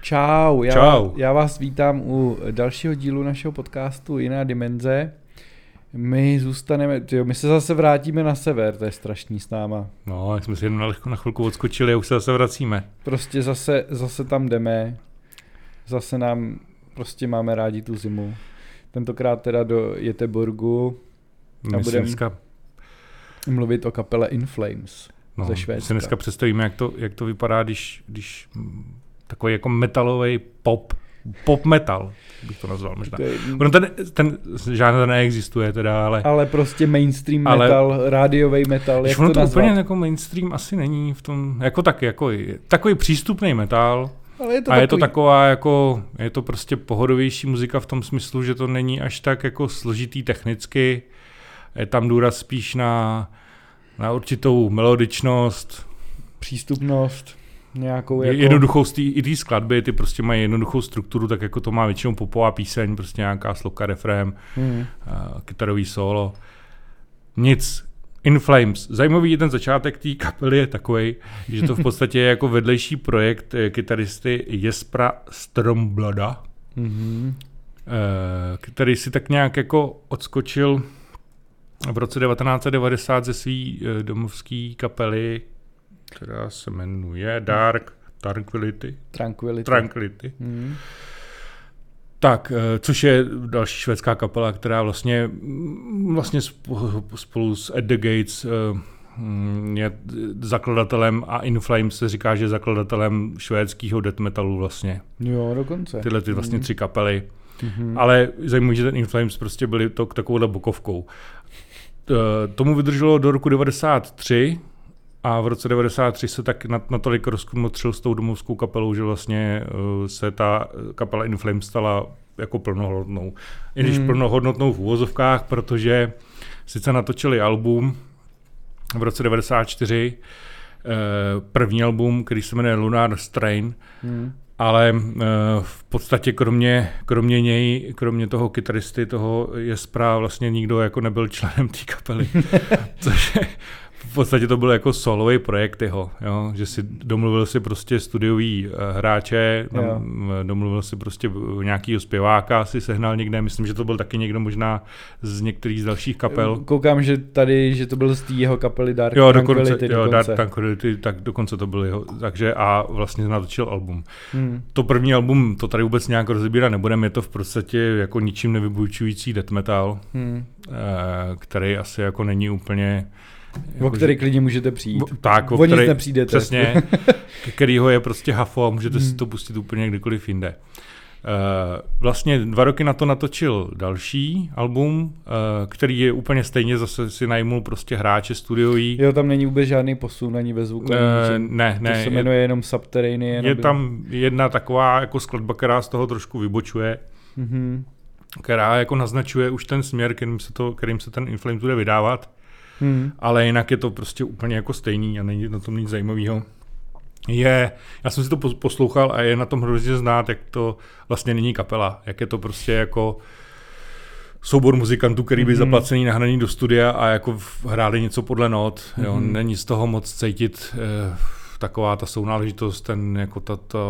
Čau, Čau. Já vás vítám u dalšího dílu našeho podcastu Jiná dimenze. My se zase vrátíme na sever, to je strašný s náma. No, jak jsme si jen na chvilku odskočili a už se zase vracíme. Prostě zase tam jdeme, zase nám prostě máme rádi tu zimu. Tentokrát teda do Göteborgu a budeme mluvit o kapele In Flames ze Švédska. Si dneska představíme, jak to vypadá, když takový jako metalový pop metal, bych to nazval možná. Ten žánr neexistuje teda, ale prostě mainstream metal, rádiový metal, jak to nazvat? Úplně jako mainstream asi není v tom, jako takový přístupný metal. Je to taková jako, je to prostě pohodovější muzika v tom smyslu, že to není až tak jako složitý technicky, je tam důraz spíš na určitou melodičnost, přístupnost, nějakou jako... jednoduchost i té skladby, ty prostě mají jednoduchou strukturu, tak jako to má většinou popová píseň, prostě nějaká sloka, refrém, kytarový solo. Nic. In Flames. Zajímavý je ten začátek té kapely je takovej, že to v podstatě je jako vedlejší projekt kytaristy Jespera Strömblada, který si tak nějak jako odskočil v roce 1990 ze své domovské kapely, která se jmenuje Tranquility. Tak, což je další švédská kapela, která vlastně spolu s At the Gates je zakladatelem a In Flames se říká, že je zakladatelem švédského death metalu vlastně. Jo, dokonce. Tyhle ty vlastně tři kapely. Ale zajímavé, že ten In Flames prostě byli takovouhle bokovkou. Tomu vydrželo do roku 1993 a v roce 1993 se tak natolik rozkmotřil s tou domovskou kapelou, že vlastně se ta kapela In Flames stala jako plnohodnotnou. I když plnohodnotnou v uvozovkách, protože sice natočili album v roce 1994, první album, který se jmenuje Lunar Strain, ale v podstatě kromě něj, kromě toho kytaristy, toho Jespera, vlastně nikdo jako nebyl členem té kapely. Což je, v podstatě to byl jako solový projekt jeho, jo? Že si domluvil si prostě studiový hráče, domluvil si prostě nějakýho zpěváka, si sehnal někde, myslím, že to byl taky někdo možná z některých z dalších kapel. Koukám, že to byl z té jeho kapely Dark Tranquility. Dark Tranquility, tak dokonce to byl jeho, takže a vlastně natočil album. To první album, to tady vůbec nějak rozebírat nebudeme, je to v podstatě jako ničím nevybučující death metal, který asi jako není úplně... O který klidně můžete přijít. Tak, o nic nepřijdete. Přesně, kterýho je prostě hafo a můžete si to pustit úplně kdykoliv jinde. Vlastně 2 roky na to natočil další album, který je úplně stejně, zase si najmul prostě hráče studiový. Jo, tam není vůbec žádný posun ani ve zvuku. Ne. To se jmenuje jenom Subterranean. Je tam jedna taková jako skladba, která z toho trošku vybočuje, která jako naznačuje už ten směr, kterým se ten In Flames bude vydávat. Ale jinak je to prostě úplně jako stejný a není na tom nic zajímavého. Já jsem si to poslouchal a je na tom hrozně znát, jak to vlastně není kapela, jak je to prostě jako soubor muzikantů, který by zaplacený, nahraný do studia a jako hráli něco podle not. Jo. Není z toho moc cítit taková ta sounáležitost, ten jako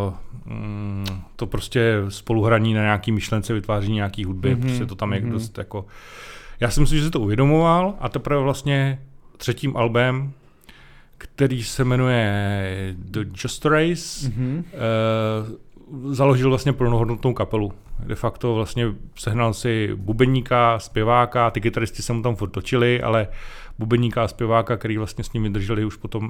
to prostě spoluhraní na nějaký myšlence, vytváření nějaký hudby, prostě to tam je dost jako... Já si myslím, že si to uvědomoval a teprve vlastně třetím albem, který se jmenuje The Just Race, založil vlastně plnohodnotnou kapelu. De facto vlastně sehnal si bubeníka, zpěváka, ty kytaristi se mu tam furt točili, ale bubeníka a zpěváka, který vlastně s nimi drželi už potom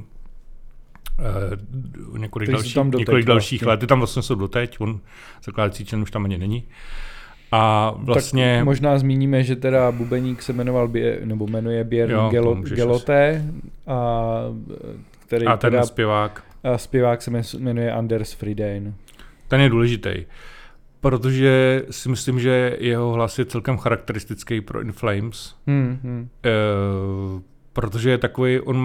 několik dalších let. Ty tam vlastně jsou doteď, on zakládající člen už tam ani není. A vlastně... Tak možná zmíníme, že teda bubeník se jmenuje Björn Gelote a ten zpěvák se jmenuje Anders Fridén. Ten je důležitý, protože si myslím, že jeho hlas je celkem charakteristický pro In Flames, protože je takový, on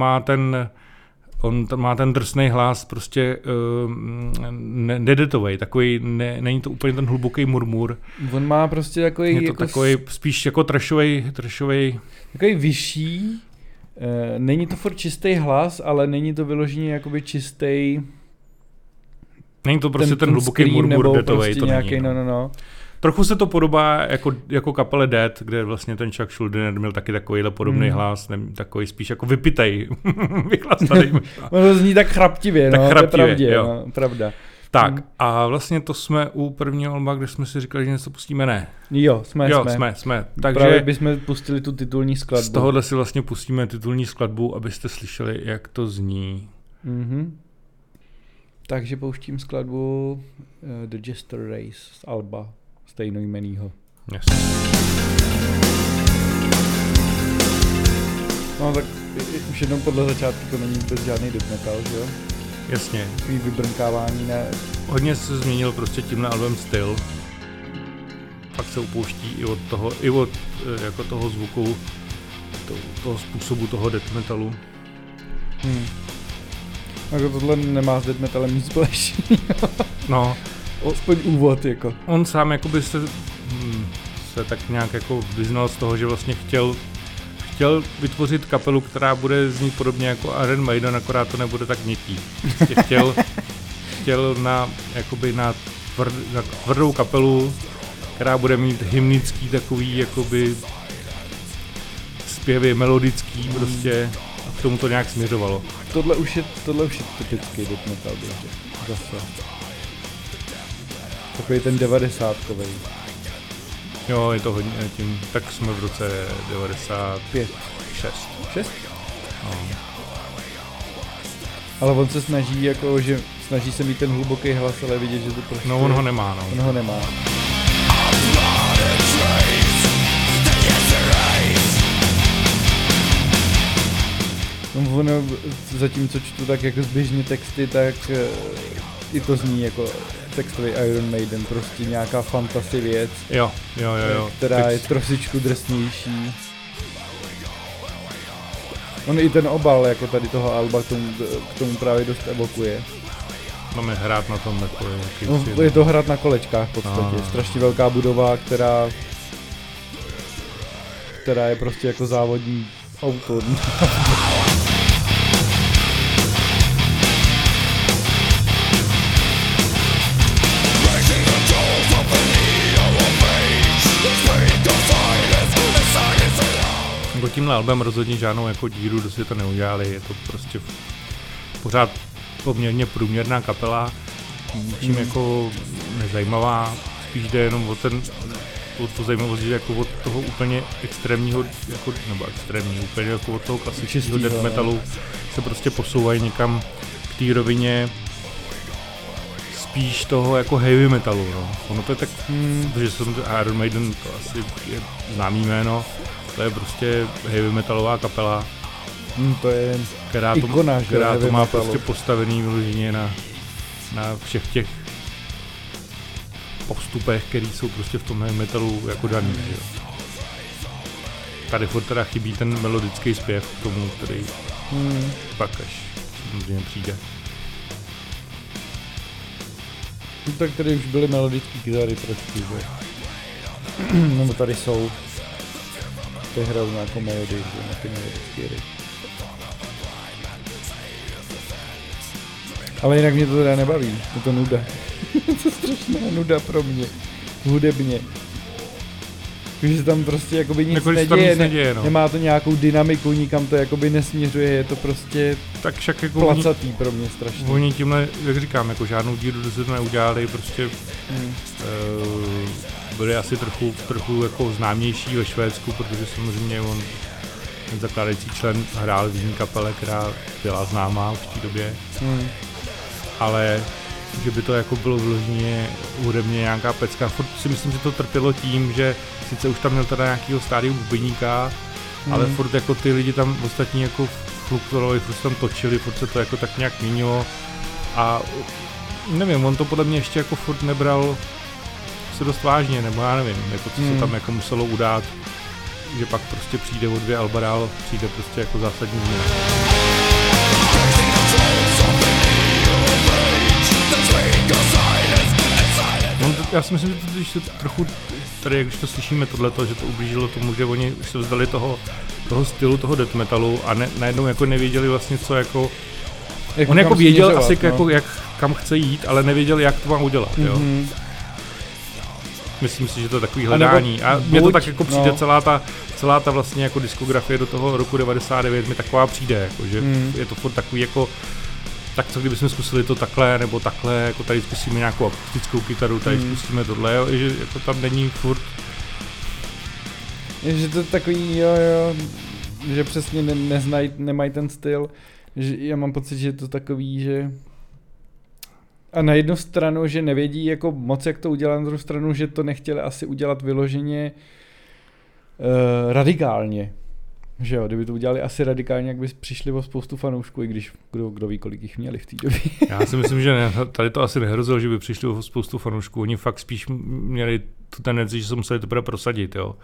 má ten drsnej hlas, prostě nedetovej, takový, není to úplně ten hluboký murmur. On má prostě takový... Je to takový spíš jako trashovej. Takový vyšší, není to furt čistý hlas, ale není to vyloženě jakoby čistý Není to prostě ten hluboký murmur deathovej, prostě to nějaký, není. No. Trochu se to podobá jako kapele Dead, kde vlastně ten Chuck Schuldiner měl taky takovýhle podobný hlas, takový spíš jako vypitej, vychlastaný. To zní tak chraptivě, tak chraptivě, to je pravda. Tak a vlastně to jsme u prvního alba, kde jsme si říkali, že něco pustíme, ne? Jo, jsme. Takže právě bychom pustili tu titulní skladbu. Z tohohle si vlastně pustíme titulní skladbu, abyste slyšeli, jak to zní. Takže pouštím skladbu The Jester Race z alba stejnojmenného. Yes. No tak už jednou podle začátku to není vůbec žádný death metal, že jo? Jasně. Takový vybrnkování, ne? Hodně se změnil prostě tímhle albem styl. Fakt se upouští i od jako toho zvuku, toho způsobu toho death metalu. Jako tohle nemá s death metalem nic společného. No. Aspoň úvod, jako. On sám jakoby se tak nějak jako vyznal z toho, že vlastně chtěl vytvořit kapelu, která bude znít podobně jako Iron Maiden, akorát to nebude tak měkký. Prostě chtěl na tvrdou kapelu, která bude mít hymnický takový jakoby zpěvy, melodický prostě, a k tomu to nějak směřovalo. Tohle už je typický death metal, zase. Takový ten 90kovej. Jo, je to hodně tím, tak jsme v roce 95. 6? No. Ale on se snaží, jako, že snaží se mít ten hluboký hlas, ale vidět, že to prostě... No on ho nemá, no. On ho nemá. No, ono, zatímco čtu tak jako zběžně texty, tak i to zní jako textový Iron Maiden, prostě nějaká fantasy věc. Jo. Která je trošičku drsnější. On i ten obal jako tady toho alba k tomu právě dost evokuje. Máme hrát na tom jako je to hrát na kolečkách v podstatě. No. Strašně velká budova, která je prostě jako závodní auto. Jako tímhle albem rozhodně žádnou jako díru do světa neudělali, je to prostě pořád poměrně průměrná kapela, ničím jako nezajímavá, spíš jde jenom o to zajímavost, že jako od toho úplně extrémního, jako, nebo extrémního, úplně jako od toho klasického death metalu se prostě posouvají někam k té rovině spíš toho jako heavy metalu, no. Ono to je tak, protože jsem Iron Maiden, to asi je známý jméno, to je prostě heavy metalová kapela, to je která to má prostě postavený vyloženě na všech těch postupech, které jsou prostě v tom heavy metalu jako daný. Jo. Tady furt teda chybí ten melodický zpěv k tomu, který pak až samozřejmě přijde. No, tak tady už byly melodické kytary trošku, že? No tady jsou. Ty hrajou nějakou melodii, že? Na ty melodické hry. Ale jinak mě to teda nebaví, je to nuda. Je to strašná nuda pro mě, hudebně. Takže tam prostě jakoby nic neděje, no. Nemá to nějakou dynamiku, nikam to jakoby nesměřuje, je to prostě tak však jako placatý pro mě strašně. Oni tímhle, jak říkám, jako žádnou díru do světa neudělali, prostě byli asi trochu jako známější ve Švédsku, protože samozřejmě on ten zakládající člen hrál v jiné kapele, která byla známá v té době. Ale že by to jako bylo vloženě hudebně nějaká pecka. Furt si myslím, že to trpělo tím, že sice už tam měl teda nějakýho stálého bubeníka, ale furt jako ty lidi tam ostatní jako fluktuovali, furt se tam točili, furt se to jako tak nějak měnilo a nevím, on to podle mě ještě jako furt nebral se dost vážně, nebo já nevím, jako co se tam jako muselo udát, že pak prostě přijde o 2 alba dál, přijde prostě jako zásadní změna. Já si myslím, že to trochu, tady když to slyšíme tohleto, že to ublížilo tomu, že oni se vzdali toho stylu, toho death metalu a najednou jako nevěděli vlastně, co jako On jako věděl asi jak kam chce jít, ale nevěděl, jak to má udělat, jo. Myslím si, že to je takový hledání. A mně to tak jako přijde celá ta vlastně jako diskografie do toho roku 99 mi taková přijde, jako, že je to furt takový jako tak co kdybychom zkusili to takhle nebo takhle, jako tady zkusíme nějakou akustickou kytaru, tady zkusíme tohle, jo, že jako tam není furt. Že to takový, jo, že přesně nemají ten styl, že já mám pocit, že je to takový, že a na jednu stranu, že nevědí jako moc, jak to udělat, na druhou stranu, že to nechtěli asi udělat vyloženě radikálně. Že jo, kdyby to udělali asi radikálně, jak by přišli o spoustu fanoušků, i když kdo ví, kolik jich měli v té době. Já si myslím, že ne, tady to asi nehrozilo, že by přišli o spoustu fanoušků. Oni fakt spíš měli tu tendenci, že se museli teprve prosadit, jo.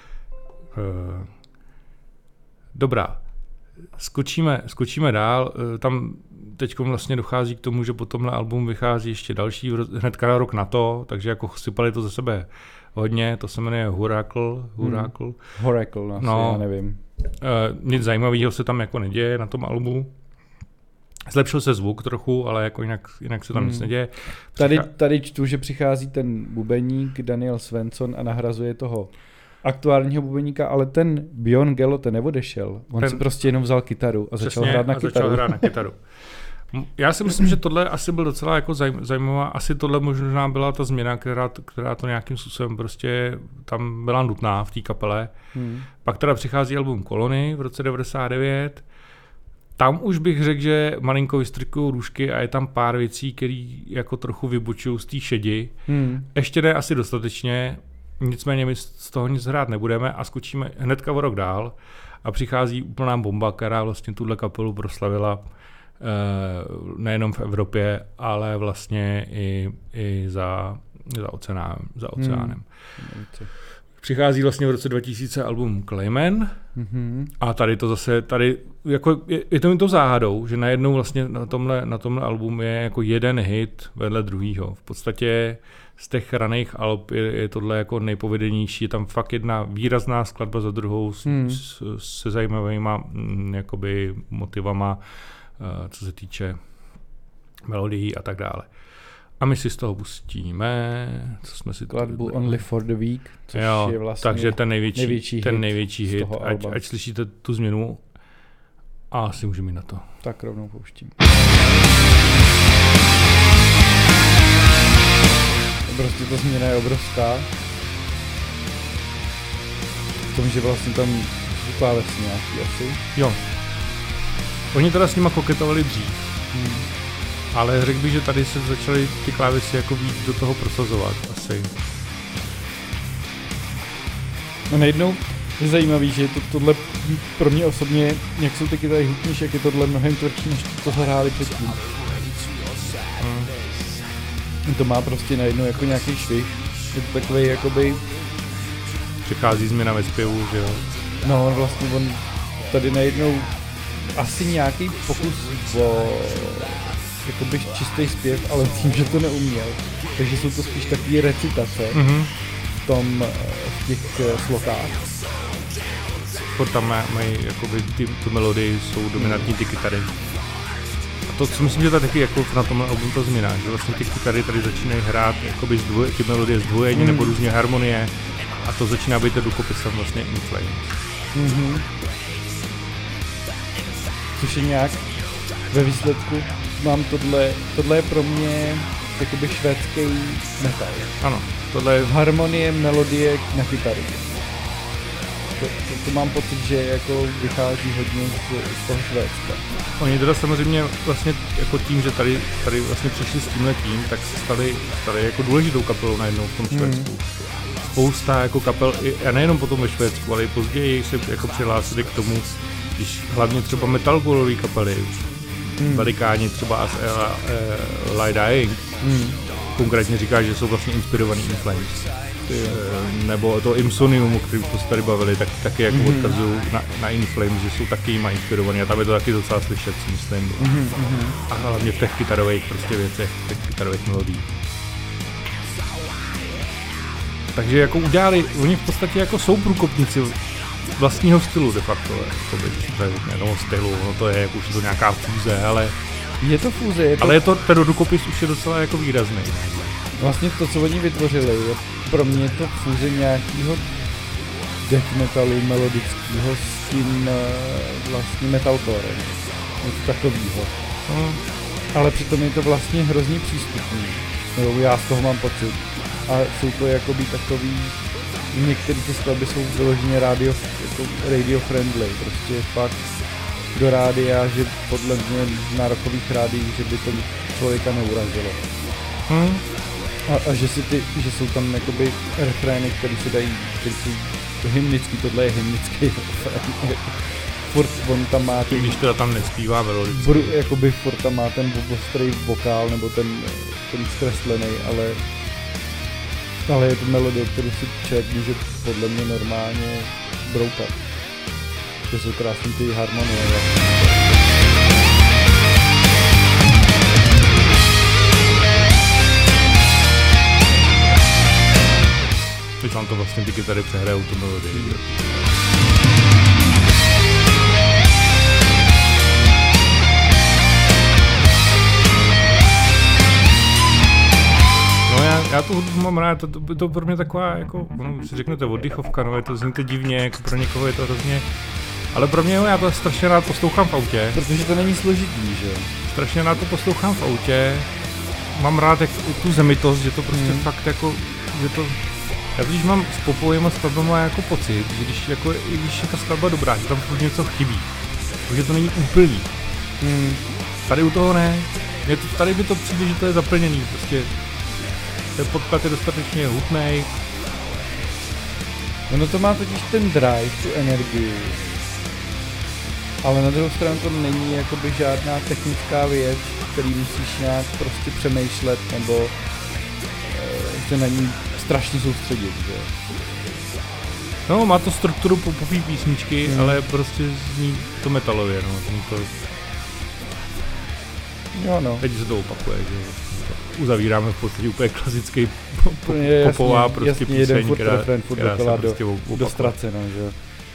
Dobrá. Skočíme dál. Tam teď vlastně dochází k tomu, že po tomhle album vychází ještě další, hnedka na rok na to, takže jako sypali to ze sebe hodně, to se jmenuje Huracle, no, já nevím. Nic zajímavého se tam jako neděje na tom albu. Zlepšil se zvuk trochu, ale jako jinak se tam nic neděje. Tady čtu, že přichází ten bubeník Daniel Svensson a nahrazuje toho aktuálního bubeníka, ale ten Björn Gelo ten neodešel. On si prostě jenom vzal kytaru a začal hrát na kytaru. Já si myslím, že tohle asi byl docela jako zajímavá, asi tohle možná byla ta změna, která to nějakým způsobem prostě tam byla nutná v té kapele. Pak teda přichází album Kolony v roce 99. Tam už bych řekl, že malinko vystrkují růžky a je tam pár věcí, které jako trochu vybočují z té šedi. Ještě ne asi dostatečně, nicméně my z toho nic hrát nebudeme a skočíme hnedka o rok dál a přichází úplná bomba, která vlastně tuhle kapelu proslavila nejenom v Evropě, ale vlastně i za oceánem. Přichází vlastně v roce 2000 album Clayman a tady to zase, jako je to mi to záhadou, že najednou vlastně na tomhle albumu je jako jeden hit vedle druhýho. V podstatě z těch raných alb je tohle jako nejpovedenější, je tam fakt jedna výrazná skladba za druhou se zajímavýma jakoby motivama, co se týče melodií a tak dále. A my si z toho pustíme, co jsme si skladbu Only for the Week, což je vlastně takže ten největší hit, ať slyšíte tu změnu a asi můžeme jít na to. Tak rovnou pouštím. Prostě ta změna je obrovská. V tom, že vlastně tam klávesy nějaký asi. Jo. Oni teda s nima koketovali dřív. Ale řekl bych, že tady se začaly ty klávesy jako víc do toho prosazovat asi. No najednou je zajímavý, že tohle pro mě osobně, jak jsou ty kytary hutnější, jak je tohle mnohem tvrdší, než to hráli předtím. To má prostě najednou jako nějaký švih. Je to takový jakoby... Přichází změna ve zpěvu, že jo? No vlastně on tady najednou asi nějaký pokus o jakoby čistý zpěv, ale tím, že to neuměl. Takže jsou to spíš takové recitace v těch slokách. Tam mají jakoby tu melodii, jsou dominantní ty kytary. A to si myslím, že to taky jako na tomhle albumu to změna, že vlastně ty kytary tady začínají hrát jakoby ty melodie zdvojení nebo různě harmonie a to začíná být rukopisem vlastně In Flames. Což je nějak ve výsledku mám tohle je pro mě jakoby švédský metal. Ano, tohle je harmonie, melodie na kytaru. To mám pocit, že jako vychází hodně z toho Švédska. Oni teda samozřejmě vlastně jako tím, že tady vlastně přišli s tímhletím, tak se stali jako důležitou kapelou najednou v tom Švédsku. Spousta jako kapel, a nejenom potom ve Švédsku, ale i později se jako přihlásili k tomu, když hlavně třeba metalcoreové kapely, velikáni třeba Lie Dying, konkrétně říká, že jsou vlastně inspirovaný In Flames. Nebo to Imsonium, o kterém jsme se tady bavili, tak taky jako odkazují na In Flames, že jsou taky jima inspirovaný a tam je to taky docela slyšet, si myslím. A hlavně v těch kytarových prostě věcech, v těch kytarových melodiích. Takže jako udělali, oni v podstatě jako jsou průkopníci vlastního stylu de facto, jakoby, ne toho stylu, no to je jako už to nějaká fúze, ale Je to fúze, ale ten rukopis už je docela jako výrazný. Vlastně to, co oni vytvořili, je pro mě to fúze nějakého death metalu melodického s tím vlastně metalcorem. Něco takového. Ale přitom je to vlastně hrozně přístupný. Jo, já z toho mám pocit. A jsou to jakoby takový, některé ty skladby jsou vyloženě radio friendly. Prostě fakt do rádia, že podle mě na rockových rádiích, že by to člověka neurazilo. A že jsou tam jakoby refrény, které se dají, které jsou hymnický, tohle je hymnický refrén. Furt on tam má ten, když teda tam nespívá melodicky. Jakoby furt tam má ten ostrý vokál, nebo ten zkreslený, ale je to melodie, kterou si člověk může podle mě normálně broukat. To jsou krásný ty harmonie. Teď vám to vlastně ty kytary přehrajou tu melodii. No já tu hudbu mám rád, to pro mě taková, jako, si řeknete oddychovka, no je to zníte divně, jako pro někoho je to hrozně, ale pro mě já to strašně rád poslouchám v autě. Protože to není složitý, že? Strašně rád to poslouchám v autě, mám rád tu zemitost, že to prostě fakt jako, že to, já totiž mám s popovýma skladbama jako pocit, že i když je ta skladba dobrá, že tam furt něco chybí, protože to není úplný. Tady u toho ne, tady by to přijde, že to je zaplněný, prostě ten podklad je dostatečně hutnej. Ono to má totiž ten drive, tu energii, ale na druhou stranu to není jakoby žádná technická věc, který musíš nějak prostě přemýšlet, nebo se na ní strašně soustředit, že? No, má to strukturu popové písničky, ale prostě zní to metalově, no, zní to... Jo, no. Teď se to opakuje, že uzavíráme v podstatě úplně klasický popová prostě píseň, která se prostě dostracena, že?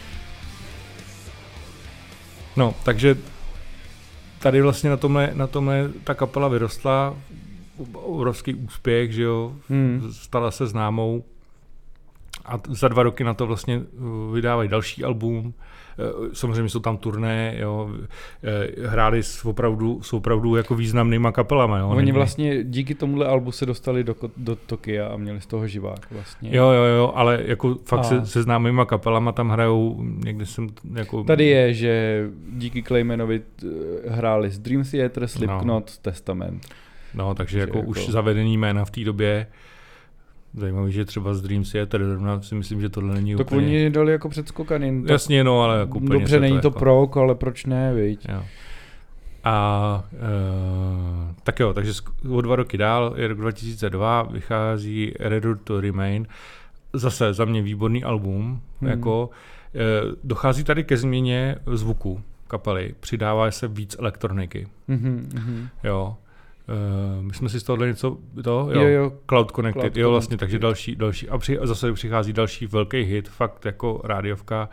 No, takže tady vlastně na tomhle ta kapela vyrostla, obrovský úspěch, že jo, stala se známou a za 2 roky na to vlastně vydávají další album. Samozřejmě jsou tam turné, jo, hráli s opravdu jako významnýma kapelama. Jo, oni vlastně díky tomuhle albu se dostali do Tokia a měli z toho živák vlastně. Jo, ale jako fakt se známýma kapelama tam hrajou, někde jsem jako... Tady je, že díky Claymanovi hráli s Dream Theater, Slipknot, Testament. No, takže jako už zavedený jména v té době. Zajímavé, že třeba z Dream Theater, si myslím, že tohle není tak úplně... Tak oni dali jako předskokaný. Jasně, no, ale jako úplně... Dobře, není to jako... prok, ale proč ne, viď? Jo. A tak jo, takže o 2 roky dál, je rok 2002, vychází Return to Remain. Zase za mě výborný album, jako dochází tady ke změně zvuku kapely, přidává se víc elektroniky. Jo. My jsme si z tohohle něco, jo. Cloud Connected, jo vlastně, takže další a zase přichází další velký hit, fakt jako rádiovka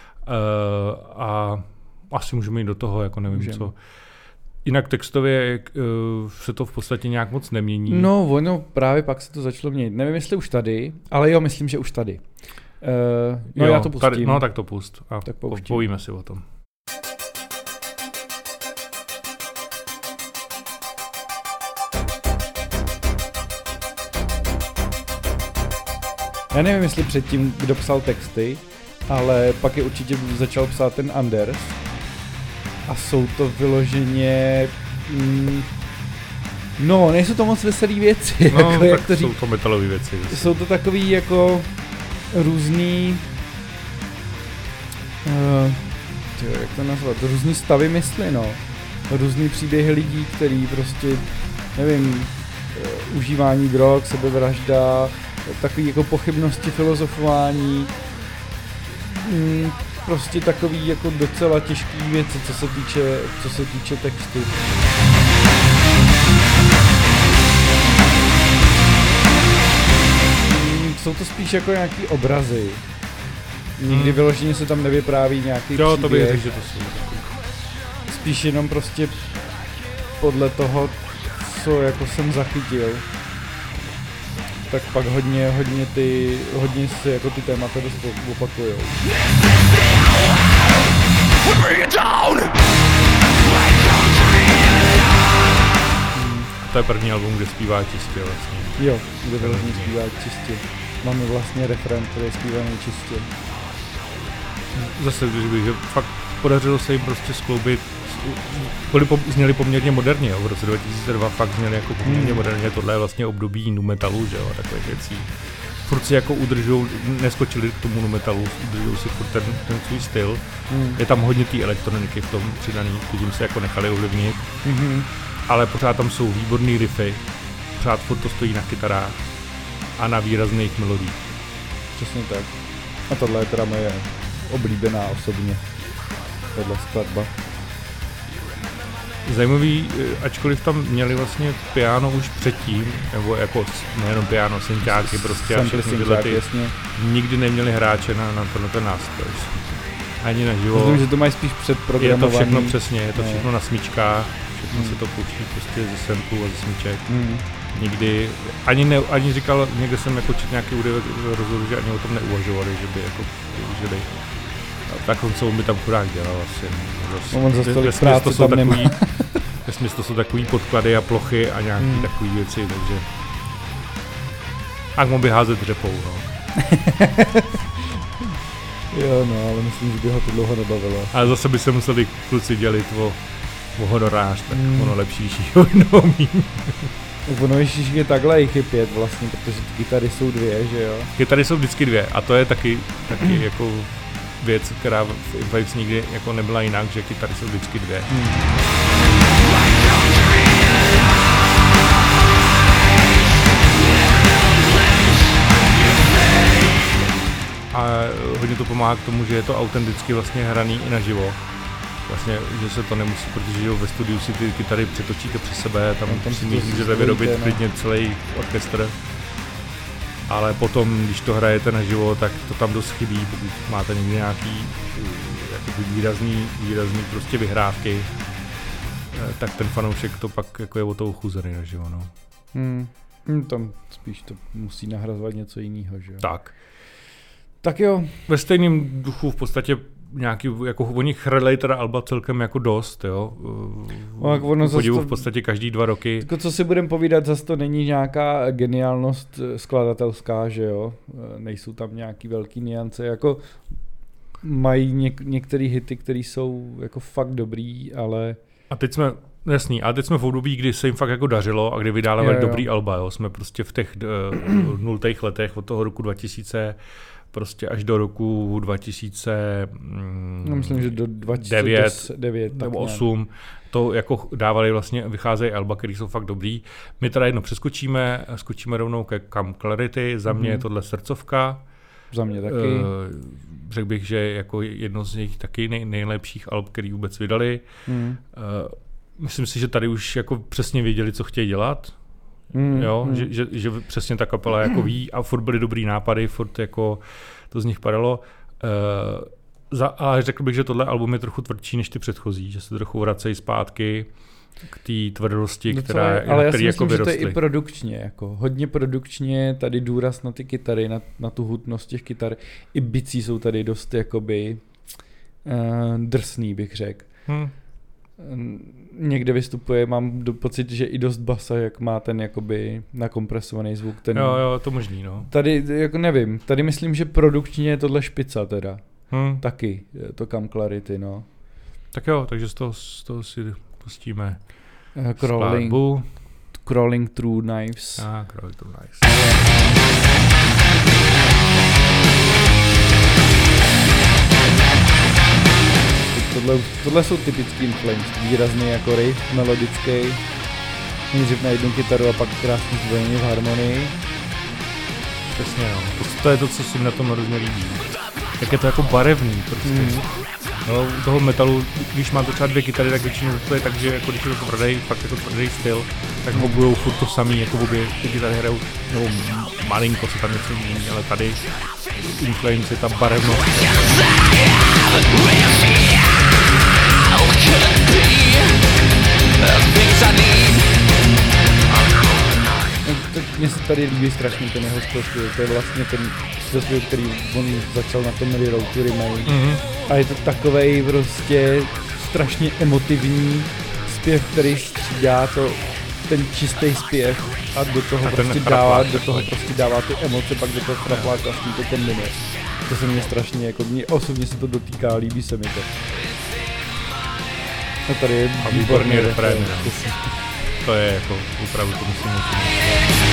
a asi můžeme jít do toho, jako nevím co. Jinak textově se to v podstatě nějak moc nemění. No, ono právě pak se to začalo měnit. Nevím, jestli už tady, ale jo, myslím, že už tady. Já to pustím. Tady, no tak to pust a tak povíme si o tom. Já nevím, jestli předtím, kdo psal texty, ale pak je určitě začal psát ten Anders. A jsou to vyloženě... No, nejsou to moc veselý věci. No, jako, jak to jsou to metalové věci. Jsou to takový jako různý... jak to nazvat? Různý stavy mysli, no. Různý příběhy lidí, který prostě, nevím, užívání drog, sebevražda, takový jako pochybnosti, filozofování, prostě takový jako docela těžký věci, co se týče textu. Jsou to spíš jako nějaký obrazy. Nikdy vyloženě se tam nevypráví nějaký příběh. Jo, to bych řekl, že to jsou. Spíš jenom prostě podle toho, co jako jsem zachytil, tak pak hodně se jako ty témata dost opakujou. To je první album, kde zpívá čistě vlastně. Jo, kde vlastně zpívá čistě. Máme vlastně refrén, který je zpívaný čistě. Zase, že fakt podařilo se jim prostě skloubit, zněli poměrně moderně, jo. V roce 2002 fakt zněli jako poměrně moderně, tohle je vlastně období nu metalu, že jo, a takových věcí. Furt si jako udržou, neskočili k tomu nu metalu, udržou si furt ten svůj styl. Je tam hodně té elektroniky v tom přidaný, tím se jako nechali ovlivnit. Ale pořád tam jsou výborný riffy, pořád furt to stojí na kytarách a na výrazných melodiích. Přesně tak. A tohle je teda moje oblíbená osobně, tahle skladba. Zajímavý, ačkoliv tam měli vlastně piano už předtím, nebo jako nejenom piano, synťáky prostě a všechny tyhle ty, nikdy neměli hráče na ten nástroj. Ani naživo. Myslím, že to mají spíš předprogramovaný. Je to všechno přesně, je to všechno na smyčkách, všechno se to pouští prostě ze samplu a ze smyček. Nikdy, ani říkal, někde jsem jako četl nějaký úryvek rozhodu, že ani o tom neuvažovali, že by jako využili. Tak on by tam chudák dělal asi. On za stolik práce tam nemá. Vesměs to jsou takový podklady a plochy a nějaký takový věci, takže... A mohl by házet dřepou, no. Jo, no, ale myslím, že by ho to dlouho nebavilo. Ale zase by se museli kluci dělit o honorář, tak ono lepšíšího neumí. Ono je takhle jich je 5 vlastně, protože ty kytary jsou 2, že jo? Kytary jsou vždycky 2 a to je taky jako věc, která v Inflames nikdy jako nebyla jinak, že kytary jsou vždycky 2. A hodně to pomáhá k tomu, že je to autenticky vlastně hraný i naživo. Vlastně, že se to nemusí, protože ve studiu si ty kytary přetočíte při sebe, tam si můžete vyrobit klidně celý orchestr. Ale potom, když to hrajete naživo, tak to tam dost chybí, pokud máte někdy nějaký výrazný prostě vyhrávky, tak ten fanoušek to pak jako je o to uchuzený naživo, no. Tam spíš to musí nahrazovat něco jiného, že jo? Tak jo. Ve stejném duchu v podstatě nějaký, jako oni chrlej teda alba celkem jako dost, jo. Podivu v podstatě každý 2 roky. Jako co si budeme povídat, zase to není nějaká geniálnost skladatelská, že jo. Nejsou tam nějaký velký niance, jako mají některé hity, které jsou jako fakt dobrý, ale... A teď jsme v období, kdy se jim fakt jako dařilo a kdy vydávali dobrý alba, jo. Jsme prostě v těch 0. letech od toho roku 2000 prostě až do roku 2000, myslím, že do 2009 nebo 8, to jako dávali vlastně, vycházejí alba, které jsou fakt dobrý. My teda jedno skočíme rovnou ke Come Clarity, za mě je tohle srdcovka. Za mě taky. Řekl bych, že jako jedno z nich taky nejlepších alb, který vůbec vydali. Myslím si, že tady už jako přesně věděli, co chtějí dělat. Že přesně ta kapela jako ví a furt byly dobrý nápady, furt jako to z nich padalo. Ale řekl bych, že tohle album je trochu tvrdší než ty předchozí, že se trochu vracejí zpátky k té tvrdosti, která ale já si jako myslím, vyrostly. Že to je i produkčně, jako hodně produkčně, tady důraz na ty kytary, na tu hutnost těch kytar. I bicí jsou tady dost jakoby drsný, bych řekl. Někde vystupuje, mám pocit, že i dost basa, jak má ten jakoby nakompresovaný zvuk. Ten, jo, to možný, no. Tady, jako nevím, tady myslím, že produkčně je tohle špica teda. Taky, to Come Clarity, no. Tak jo, takže z toho si pustíme Crawling Through Knives. Crawling Through Knives. Tohle jsou typický Inflames, výrazný jako riff, melodický, nejdřív na jednu kytaru a pak krásný zvojení v harmonii. Přesně, no. To je to, co si mi na tom hrozně líbí. Jak je to jako barevný prostě. No, u toho metalu, když máte třeba 2 kytary, tak většinou to je tak, že jako když je to tvrdý, fakt jako tvrdý styl, tak budou furt to samý, jako obě ty kytary hrajou, nebo malinko se tam něco mění, ale tady Inflames je ta barevnost. Things Mně se tady líbí strašně ten jeho styl, to je vlastně ten styl, který on začal na tom Road to Remain. A je to takovej prostě strašně emotivní zpěv, který střídá ten čistý zpěv a do toho prostě dává ty emoce, pak do toho chrapláka a s tím to kombinuje. To se mě strašně, jako mě osobně se to dotýká, líbí se mi to. A tady je výborný refrén. To je jako opravdu to musím ocenit.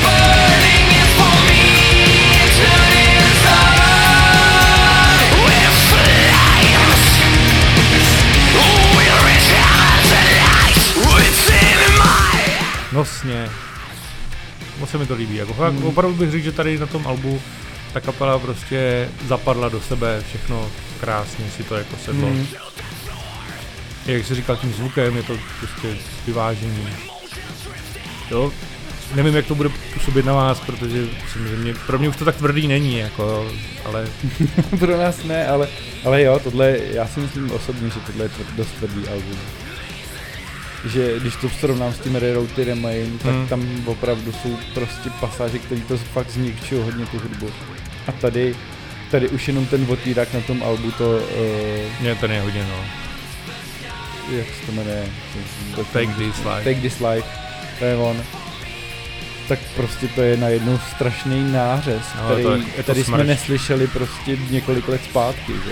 Nosně. Moc se mi to líbí. Jako, opravdu bych řekl, že tady na tom albu ta kapela prostě zapadla do sebe, všechno krásně si to jako sedlo. Jak jsi říkal, tím zvukem je to prostě vyvážení. Jo, nevím, jak to bude působit na vás, protože samozřejmě, pro mě už to tak tvrdý není, jako, ale... Pro nás ne, ale jo, tohle, já si myslím osobně, že tohle je dost tvrdý album. Že když to srovnám s tím Road to Remain, tak tam opravdu jsou prostě pasáže, které to fakt změkčují hodně tu hudbu. A tady už jenom ten otvírák na tom albu to... ten je hodně, no. Jak se to jmenuje? Take This Life. To je on. Tak prostě to je najednou strašný nářez, který jsme neslyšeli prostě několik let zpátky, že?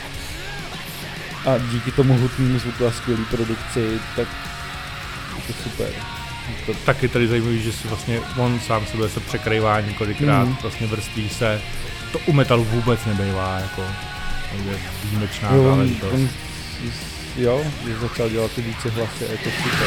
A díky tomu hutnému zvuku a skvělý produkci, tak je to super. Taky tady zajímavý, že si vlastně on sám sebe se překrývá několikrát, vlastně vrství se. To u metalu vůbec nebejvá, jako je výjimečná záležitost. Jo, že začal dělat ty více hlasy a je to super.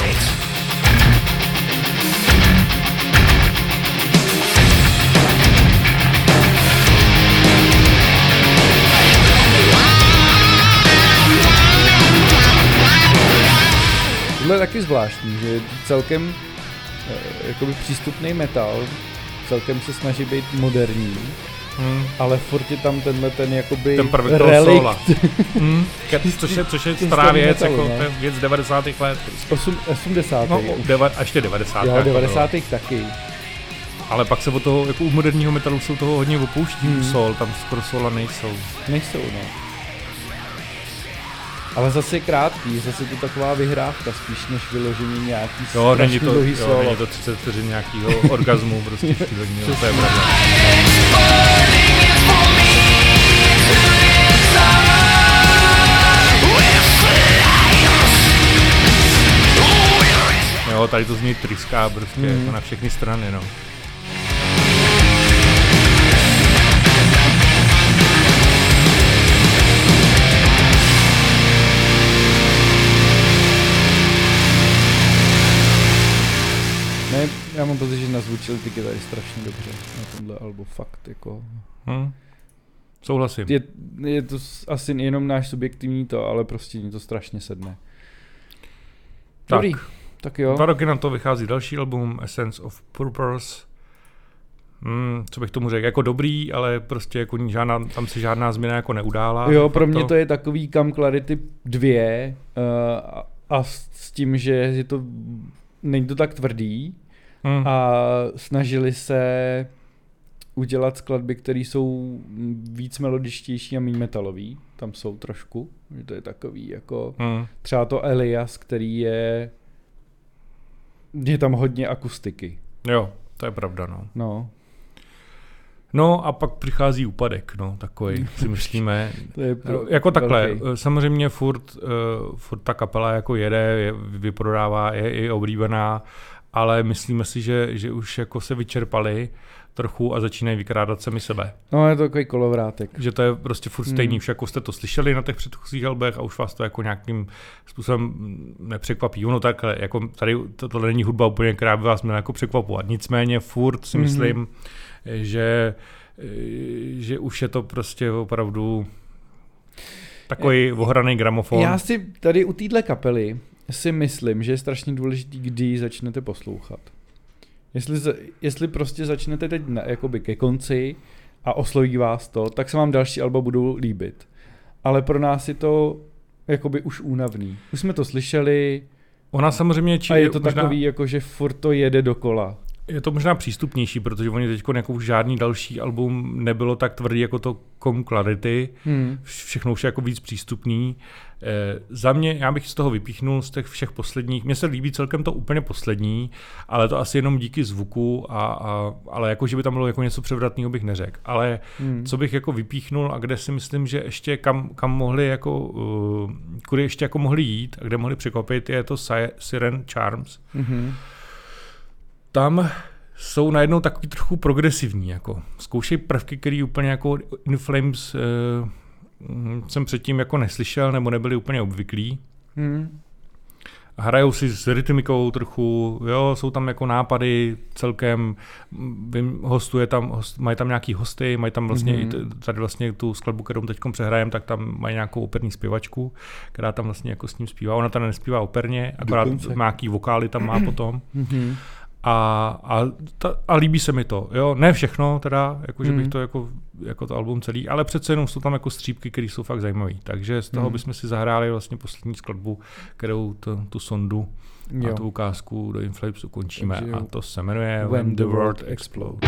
Tohle je taky zvláštní, že je celkem jakoby přístupný metal, celkem se snaží být moderní, ale furt je tam ten jakoby ten prvek toho sola. Což je stará věc, jako věc 90. let. 80. No, a ještě 90. Jo, 90. taky. Ale pak se od toho, jako u moderního metalu jsou toho hodně opouští, sol, tam skoro sola nejsou. Nejsou, no. Ale zase krátký, zase to taková vyhrávka spíš než vyložení nějaký strašný dlouhý solo. Není to 30 vteřin nějakýho orgazmu, prostě šíleného, to je pravda. Jo, tady to zní tryská prostě jako na všechny strany, no. Ne, já mám pocit, že nazvučili ty kytary strašně dobře na tomhle albu, fakt jako. Souhlasím. Je to asi jenom náš subjektivní to, ale prostě mi to strašně sedne. Dobrý, tak jo. 2 roky nám to vychází další album, Essence of Purpose. Co bych tomu řekl, jako dobrý, ale prostě jako tam se žádná změna jako neudála. Jo, pro mě to je takový Come Clarity 2 a s tím, že je to, není to tak tvrdý a snažili se udělat skladby, které jsou víc melodičtější a méně metalový. Tam jsou trošku, že to je takový jako třeba to Elias, který je tam hodně akustiky. Jo, to je pravda, no. No a pak přichází úpadek, no, takový si myslíme. Jako takhle, samozřejmě furt ta kapela jako jede, vyprodává, je i oblíbená, ale myslíme si, že už jako se vyčerpali trochu a začínají vykrádat sami sebe. No, je to takový kolovrátek. Že to je prostě furt stejný, jako jste to slyšeli na těch předchozích albech a už vás to jako nějakým způsobem nepřekvapí. No tak, jako tady tohle není hudba úplně, která by vás měla jako překvapovat. Nicméně furt si myslím, že už je to prostě opravdu takový ohraný gramofon. Já si tady u téhle kapely si myslím, že je strašně důležitý, kdy ji začnete poslouchat. Jestli prostě začnete teď jakoby ke konci a osloví vás to, tak se vám další alba budou líbit. Ale pro nás je to jakoby už únavný. Už jsme to slyšeli Ona samozřejmě... A je to možná, takový, jako že furt to jede dokola. Je to možná přístupnější, protože oni teď jako žádný další album nebylo tak tvrdý jako to Com Clarity. Všechno už je jako víc přístupný. Za mě, já bych z toho vypíchnul z těch všech posledních. Mně se líbí celkem to úplně poslední, ale to asi jenom díky zvuku, ale jako, že by tam bylo jako něco převratného, bych neřekl. Ale co bych jako vypíchnul a kde si myslím, že ještě kam mohli jako, kudy ještě jako mohli jít a kde mohli překvapit, je to Siren Charms. Tam jsou najednou takový trochu progresivní. Jako. Zkoušejí prvky, které úplně jako In Flames jsem předtím jako neslyšel nebo nebyly úplně obvyklý. Hrajou si s rytmikou trochu, jo, jsou tam jako nápady celkem, mají tam nějaký hosty, mají tam vlastně tady vlastně tu skladbu, kterou teďkom přehrajem, tak tam mají nějakou operní zpěvačku, která tam vlastně jako s ním zpívá. Ona tam nespívá operně, akorát nějaký vokály tam má potom. A líbí se mi to, jo, ne všechno teda, jako, že bych to jako to album celý, ale přece jenom jsou tam jako střípky, které jsou fakt zajímavé, takže z toho bychom si zahráli vlastně poslední skladbu, kterou tu sondu a tu ukázku do In Flames ukončíme a to se jmenuje When the World Explodes.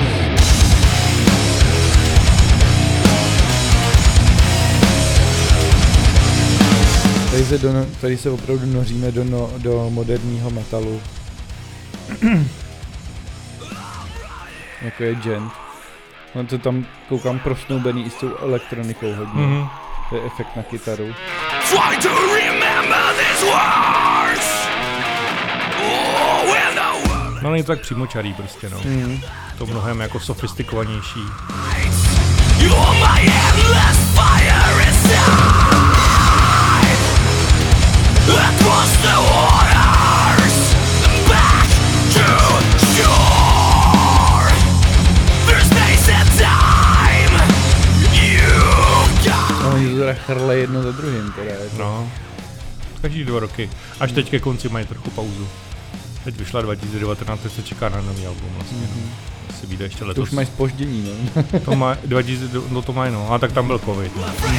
Tady se opravdu noříme do moderního metalu. Jako je Gent. No to tam koukám prosnoubený i s tou elektronikou hodně. To je efekt na kytaru. No není to tak přímočarý prostě, no. To mnohem jako sofistikovanější. Oni to teda chrle jedno za druhým teda. No, každý 2 roky. Až teď ke konci mají trochu pauzu. Teď vyšla 2019, teď se čeká na nový album vlastně. Asi vyjde ještě letos. To už mají zpoždění, no. To má, 2000, no to mají, no. A tak tam byl covid.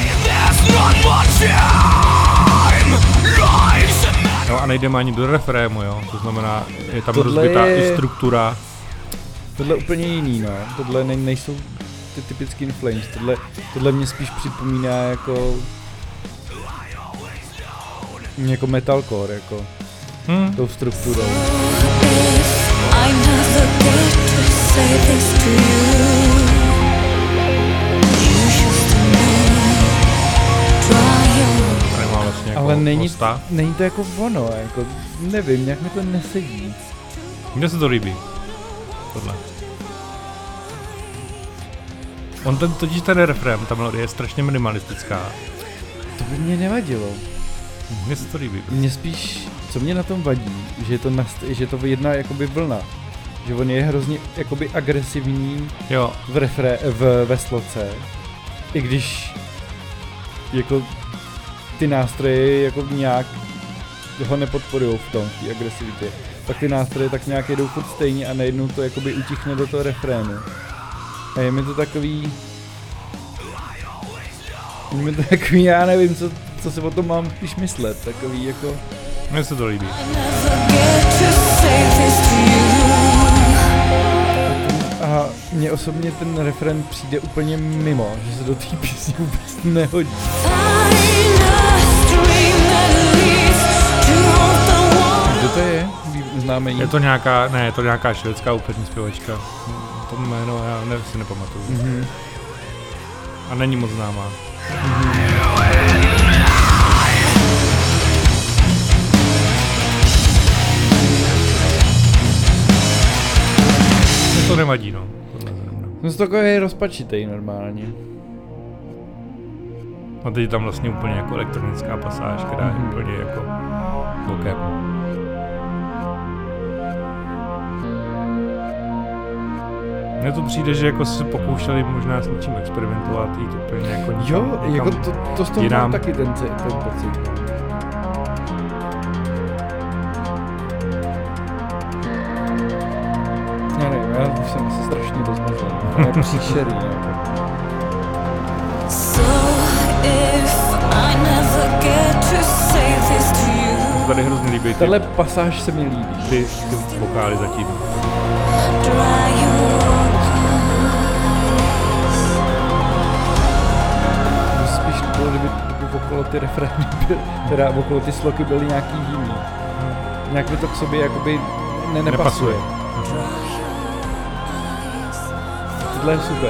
No a nejdeme ani do refrému, jo. To znamená, je tam rozbitá i struktura. Tohle je úplně jiný, no. Tohle nejsou ty typický In Flames. Tohle mě spíš připomíná jako metalcore, jako tou strukturou. Ale není to jako ono, jako nevím, nějak mi to nesedí. Mně se to líbí, tohle. Totiž ten refrém, ta melodie je strašně minimalistická. To by mě nevadilo. Mně se to líbí. Mně spíš, co mě na tom vadí, že je to jedna jakoby vlna. Že on je hrozně jakoby agresivní ve sloce. I když jako ty nástroje jako nějak ho nepodporujou v tom, v té agresivitě. Tak ty nástroje tak nějak jedou furt stejně a najednou to jakoby utichne do toho refrénu. A je mi to takový, já nevím, co si o tom mám spíš myslet, takový jako... Mně se to líbí. A mně osobně ten refrén přijde úplně mimo, že se do té písně vůbec nehodí. Kdo to je? Známe jí? Je to nějaká švédská operní zpěvačka. To jméno já si nepamatuju. A není moc známá. To nevadí, no. No to takový rozpačitej normálně. A teď je tam vlastně úplně jako elektronická pasáž, která je úplně jako bokem. Mně to přijde, že jako se pokoušeli možná s něčím experimentovat, jít úplně jako nikam. Jo, jako to z toho mám taky ten pocit. Já nevím, já už jsem se strašně rozmazal. To je příšerný. So if I never get to say this to you, tady hrozně líbí. Tahle pasáž se mi líbí. Ty vokály zatím. Spíš to bylo, kdyby okolo ty refrény byly, teda okolo ty sloky byly nějaký jiný. Nějak by to k sobě jakoby nepasuje. Tohle je super.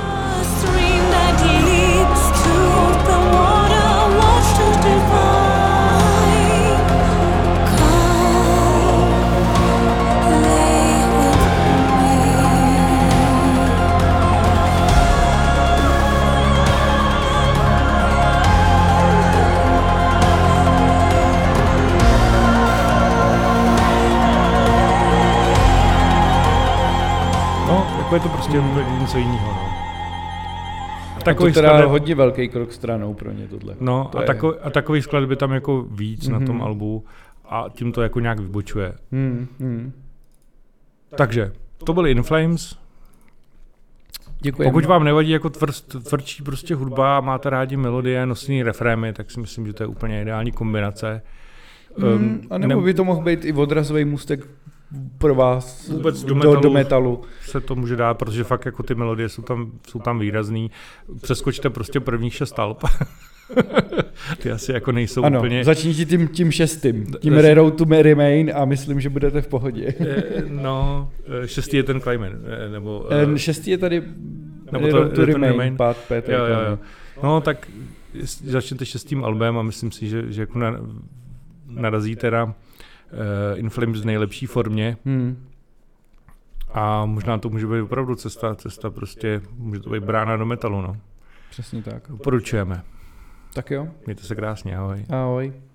Je to prostě něco jiného. No. Takový to teda skladeb... hodně velký krok stranou pro ně tohle. No to a takový skladeb je tam jako víc na tom albu a tím to jako nějak vybočuje. Takže to byly In Flames. Děkujeme. Pokud vám nevadí jako tvrdší prostě hudba, máte rádi melodie, nosný refrémy, tak si myslím, že to je úplně ideální kombinace. A nebo by to mohl být i odrazový můstek pro vás vůbec do metalu. Se to může dát, protože fakt jako ty melodie jsou tam výrazný. Přeskočte prostě prvních 6 alb. Ty asi jako nejsou ano, úplně... začněte tím 6. Tím Road to Remain a myslím, že budete v pohodě. No, 6. je ten Climate, nebo... 6. je tady nebo Road to Remain, Part 5. Jo. No, tak začněte 6. albem a myslím si, že jako narazí teda In Flames v nejlepší formě. A možná to může být opravdu cesta prostě, může to být brána do metalu, no. Přesně tak. Doporučujeme. Tak jo. Mějte se krásně, ahoj. Ahoj.